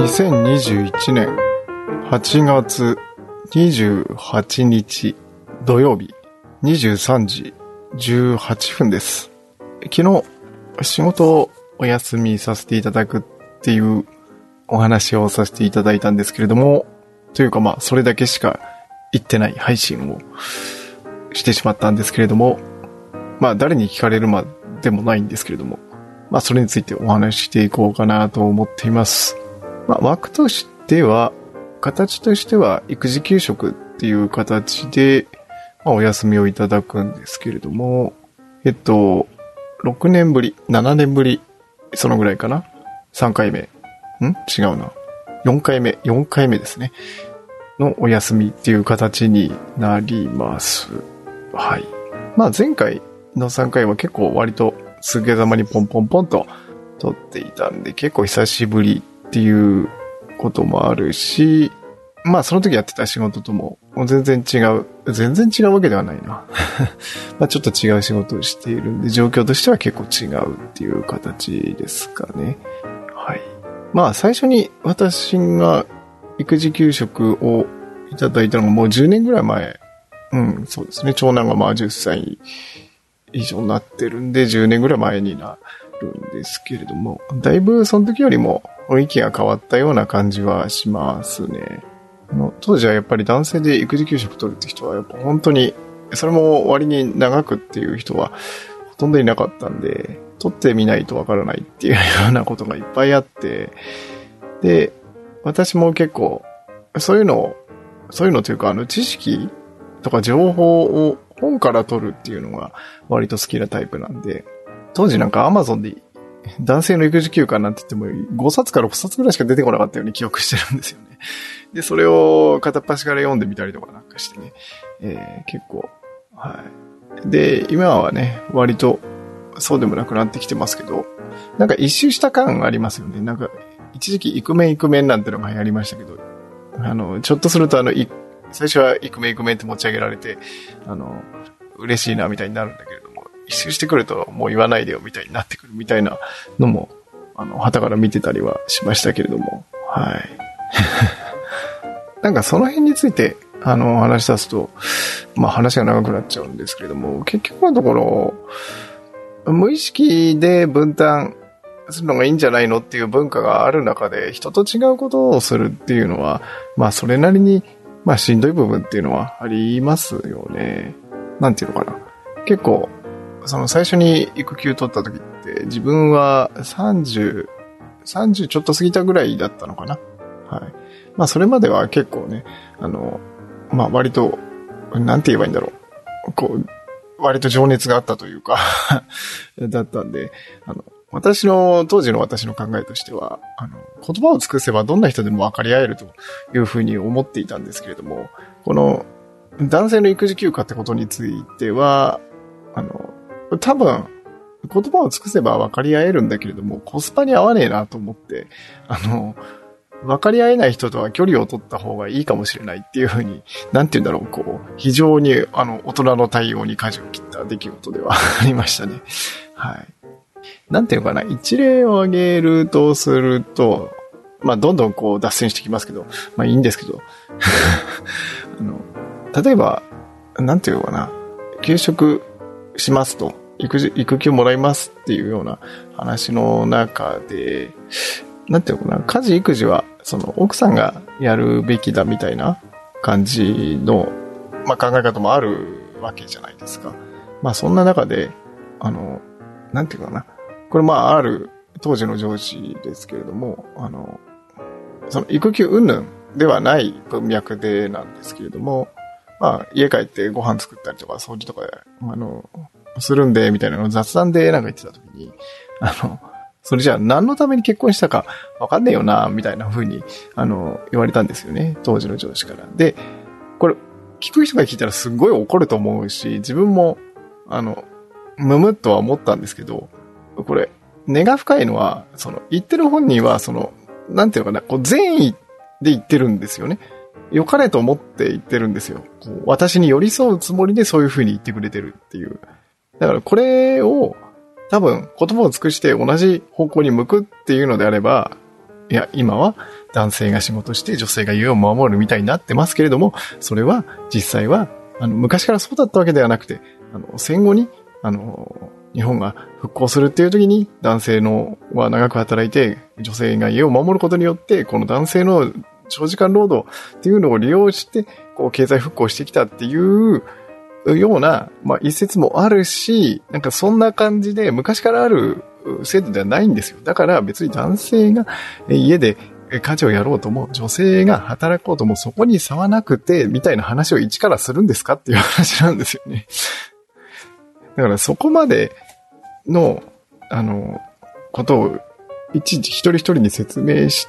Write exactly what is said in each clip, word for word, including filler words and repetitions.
にせんにじゅういちねんはちがつにじゅうはちにち土曜日にじゅうさんじじゅうはっぷんです。昨日仕事をお休みさせていただくっていうお話をさせていただいたんですけれども、というかまあそれだけしか言ってない配信をしてしまったんですけれども、まあ誰に聞かれるまでもないんですけれども、まあそれについてお話ししていこうかなと思っています。まあ枠としては、形としては育児休職っていう形で、まあ、お休みをいただくんですけれども、えっと、ろくねんぶり、ななねんぶり、そのぐらいかな ?さん 回目。ん違うな。よんかいめ、よんかいめですね。のお休みっていう形になります。はい。まあ前回のさんかいは結構割とすげざまにポンポンポンと撮っていたんで、結構久しぶりっていうこともあるし、まあその時やってた仕事とも全然違う、全然違うわけではないな。まあちょっと違う仕事をしているんで、状況としては結構違うっていう形ですかね。はい。まあ最初に私が育児休職をいただいたのがもうじゅうねんぐらい前。うん、そうですね。長男がまあじゅっさい以上になってるんで、じゅうねんぐらい前になるんですけれども、だいぶその時よりも雰囲気が変わったような感じはしますね。あの当時はやっぱり男性で育児休職取るって人はやっぱ本当に、それも割に長くっていう人はほとんどいなかったんで、取ってみないとわからないっていうようなことがいっぱいあって、で、私も結構そういうのを、そういうのというかあの知識とか情報を本から取るっていうのが割と好きなタイプなんで、当時なんか Amazon で男性の育児休暇なんて言ってもごさつかろくさつぐらいしか出てこなかったように記憶してるんですよね。で、それを片っ端から読んでみたりとかなんかしてね、えー、結構、はい。で、今はね、割とそうでもなくなってきてますけど、なんか一周した感がありますよね。なんか一時期イクメンイクメンなんてのが流行りましたけど、あの、ちょっとするとあの、最初はイクメンイクメンって持ち上げられて、あの、嬉しいなみたいになるんだけれども、一周してくるともう言わないでよみたいになってくるみたいなのも、あの、旗から見てたりはしましたけれども、はい。なんかその辺について、あの、話し出すと、まあ話が長くなっちゃうんですけれども、結局のところ、無意識で分担するのがいいんじゃないのっていう文化がある中で、人と違うことをするっていうのは、まあそれなりに、まあしんどい部分っていうのはありますよね。なんていうのかな。結構、その最初に育休取った時って自分はさんじゅう、さんじゅうちょっと過ぎたぐらいだったのかな。はい。まあそれまでは結構ね、あの、まあ割と、なんて言えばいいんだろう。こう、割と情熱があったというか、だったんで、あの、私の、当時の私の考えとしては、あの、言葉を尽くせばどんな人でも分かり合えるというふうに思っていたんですけれども、この男性の育児休暇ってことについては、あの、多分、言葉を尽くせば分かり合えるんだけれども、コスパに合わねえなと思って、あの、分かり合えない人とは距離を取った方がいいかもしれないっていうふうに、なんて言うんだろう、こう、非常に、あの、大人の対応に舵を切った出来事ではありましたね。はい。なんていうのかな、一例を挙げるとすると、まあ、どんどんこう、脱線してきますけど、まあいいんですけど、あの、例えば、なんていうのかな、休職しますと、育児、育休もらいますっていうような話の中で、なんていうのかな、家事育児は、その、奥さんがやるべきだみたいな感じの、まあ、考え方もあるわけじゃないですか。まあ、そんな中で、あの、なんていうかな、これまあ、ある当時の上司ですけれども、あの、その、育休云々ではない文脈でなんですけれども、まあ、家帰ってご飯作ったりとか、掃除とか、あの、するんで、みたいなのを雑談でなんか言ってた時に、あの、それじゃあ何のために結婚したかわかんねえよな、みたいな風に、あの、言われたんですよね。当時の上司から。で、これ、聞く人が聞いたらすっごい怒ると思うし、自分も、あの、むむっとは思ったんですけど、これ、根が深いのは、その、言ってる本人は、その、なんていうのかな、こう、善意で言ってるんですよね。良かれと思って言ってるんですよ。こう私に寄り添うつもりでそういう風に言ってくれてるっていう。だからこれを、多分言葉を尽くして同じ方向に向くっていうのであれば、 いや、今は男性が仕事して女性が家を守るみたいになってますけれども、それは実際は、あの、昔からそうだったわけではなくて、あの、戦後に、あの、日本が復興するっていう時に男性のは長く働いて、女性が家を守ることによって、この男性の長時間労働っていうのを利用して、こう、経済復興してきたっていうような、まあ、一説もあるし、なんかそんな感じで昔からある制度ではないんですよ。だから別に男性が家で家事をやろうとも、女性が働こうとも、そこに差はなくて、みたいな話を一からするんですかっていう話なんですよね。だからそこまでの、あの、ことを、いちいち一人一人に説明して、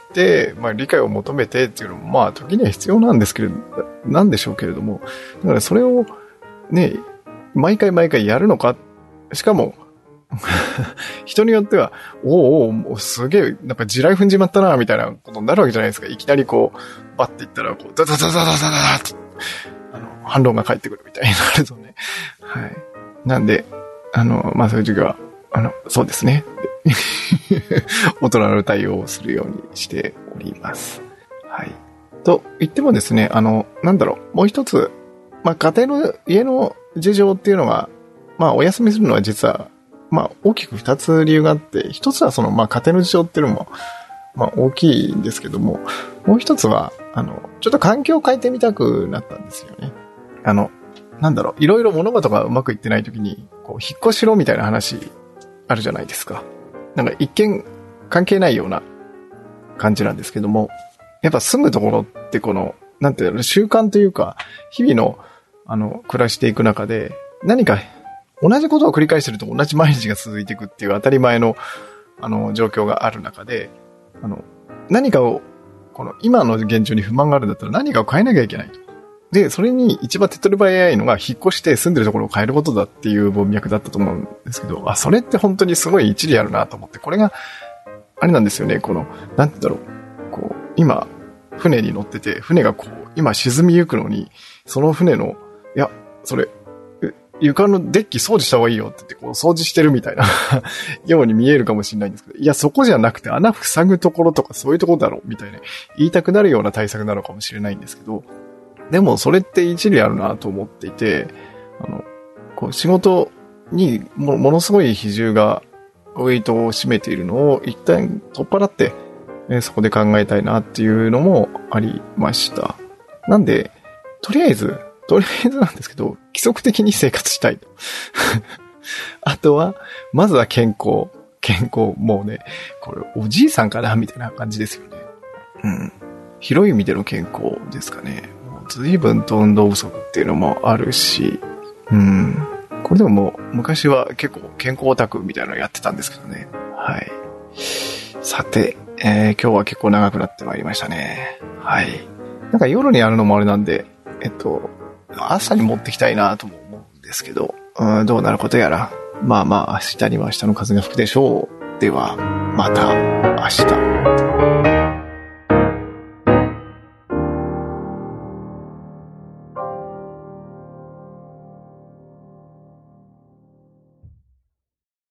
まあ理解を求めてっていうのも、まあ時には必要なんですけれど、なんでしょうけれども、だからそれをね、毎回毎回やるのか、しかも、人によっては、おうおう、すげえ、なんか地雷踏んじまったな、みたいなことになるわけじゃないですか。いきなりこう、バッていったら、こう、ダダダダダダダダって、あの、反論が返ってくるみたいになるとね。はい。なんで、あの、まあそういう時は、あの、そうですね。大人の対応をするようにしております。はい。と言ってもですね、あの、なんだろう、もう一つ、まあ家庭の、家の事情っていうのが、まあお休みするのは実は、まあ大きく二つ理由があって、一つはその、まあ家庭の事情っていうのも、まあ大きいんですけども、もう一つは、あの、ちょっと環境を変えてみたくなったんですよね。あの、なんだろう、いろいろ物事がうまくいってない時に、こう、引っ越しろみたいな話あるじゃないですか。なんか一見関係ないような感じなんですけども、やっぱ住むところってこの、なんていうの、習慣というか、日々の、あの、暮らしていく中で、何か同じことを繰り返してると同じ毎日が続いていくっていう当たり前の、あの、状況がある中で、あの、何かを、この今の現状に不満があるんだったら何かを変えなきゃいけないと。で、それに一番手っ取り早いのが引っ越して住んでるところを変えることだっていう文脈だったと思うんですけど、あ、それって本当にすごい一理あるなと思って、これが、あれなんですよね、この、なんて言うんだろう、こう、今、船に乗ってて、船がこう、今沈みゆくのに、その船の、いや、それ、床のデッキ掃除した方がいいよって言って、こう、掃除してるみたいなように見えるかもしれないんですけど、いや、そこじゃなくて穴塞ぐところとかそういうところだろうみたいな、言いたくなるような対策なのかもしれないんですけど、でもそれって一理あるなと思っていて、あの、こう仕事にもものすごい比重がウェイトを占めているのを一旦取っ払って、えー、そこで考えたいなっていうのもありました。なんで、とりあえず、とりあえずなんですけど、規則的に生活したいと。あとは、まずは健康。健康、もうね、これおじいさんかなみたいな感じですよね。うん。広い意味での健康ですかね。随分と運動不足っていうのもあるし、うん。これでももう昔は結構健康オタクみたいなのやってたんですけどね。はい。さて、えー、今日は結構長くなってまいりましたね。はい。なんか夜にやるのもあれなんで、えっと、朝に持ってきたいなとも思うんですけど、うん、どうなることやら。まあまあ、明日には明日の風が吹くでしょう。では、また明日。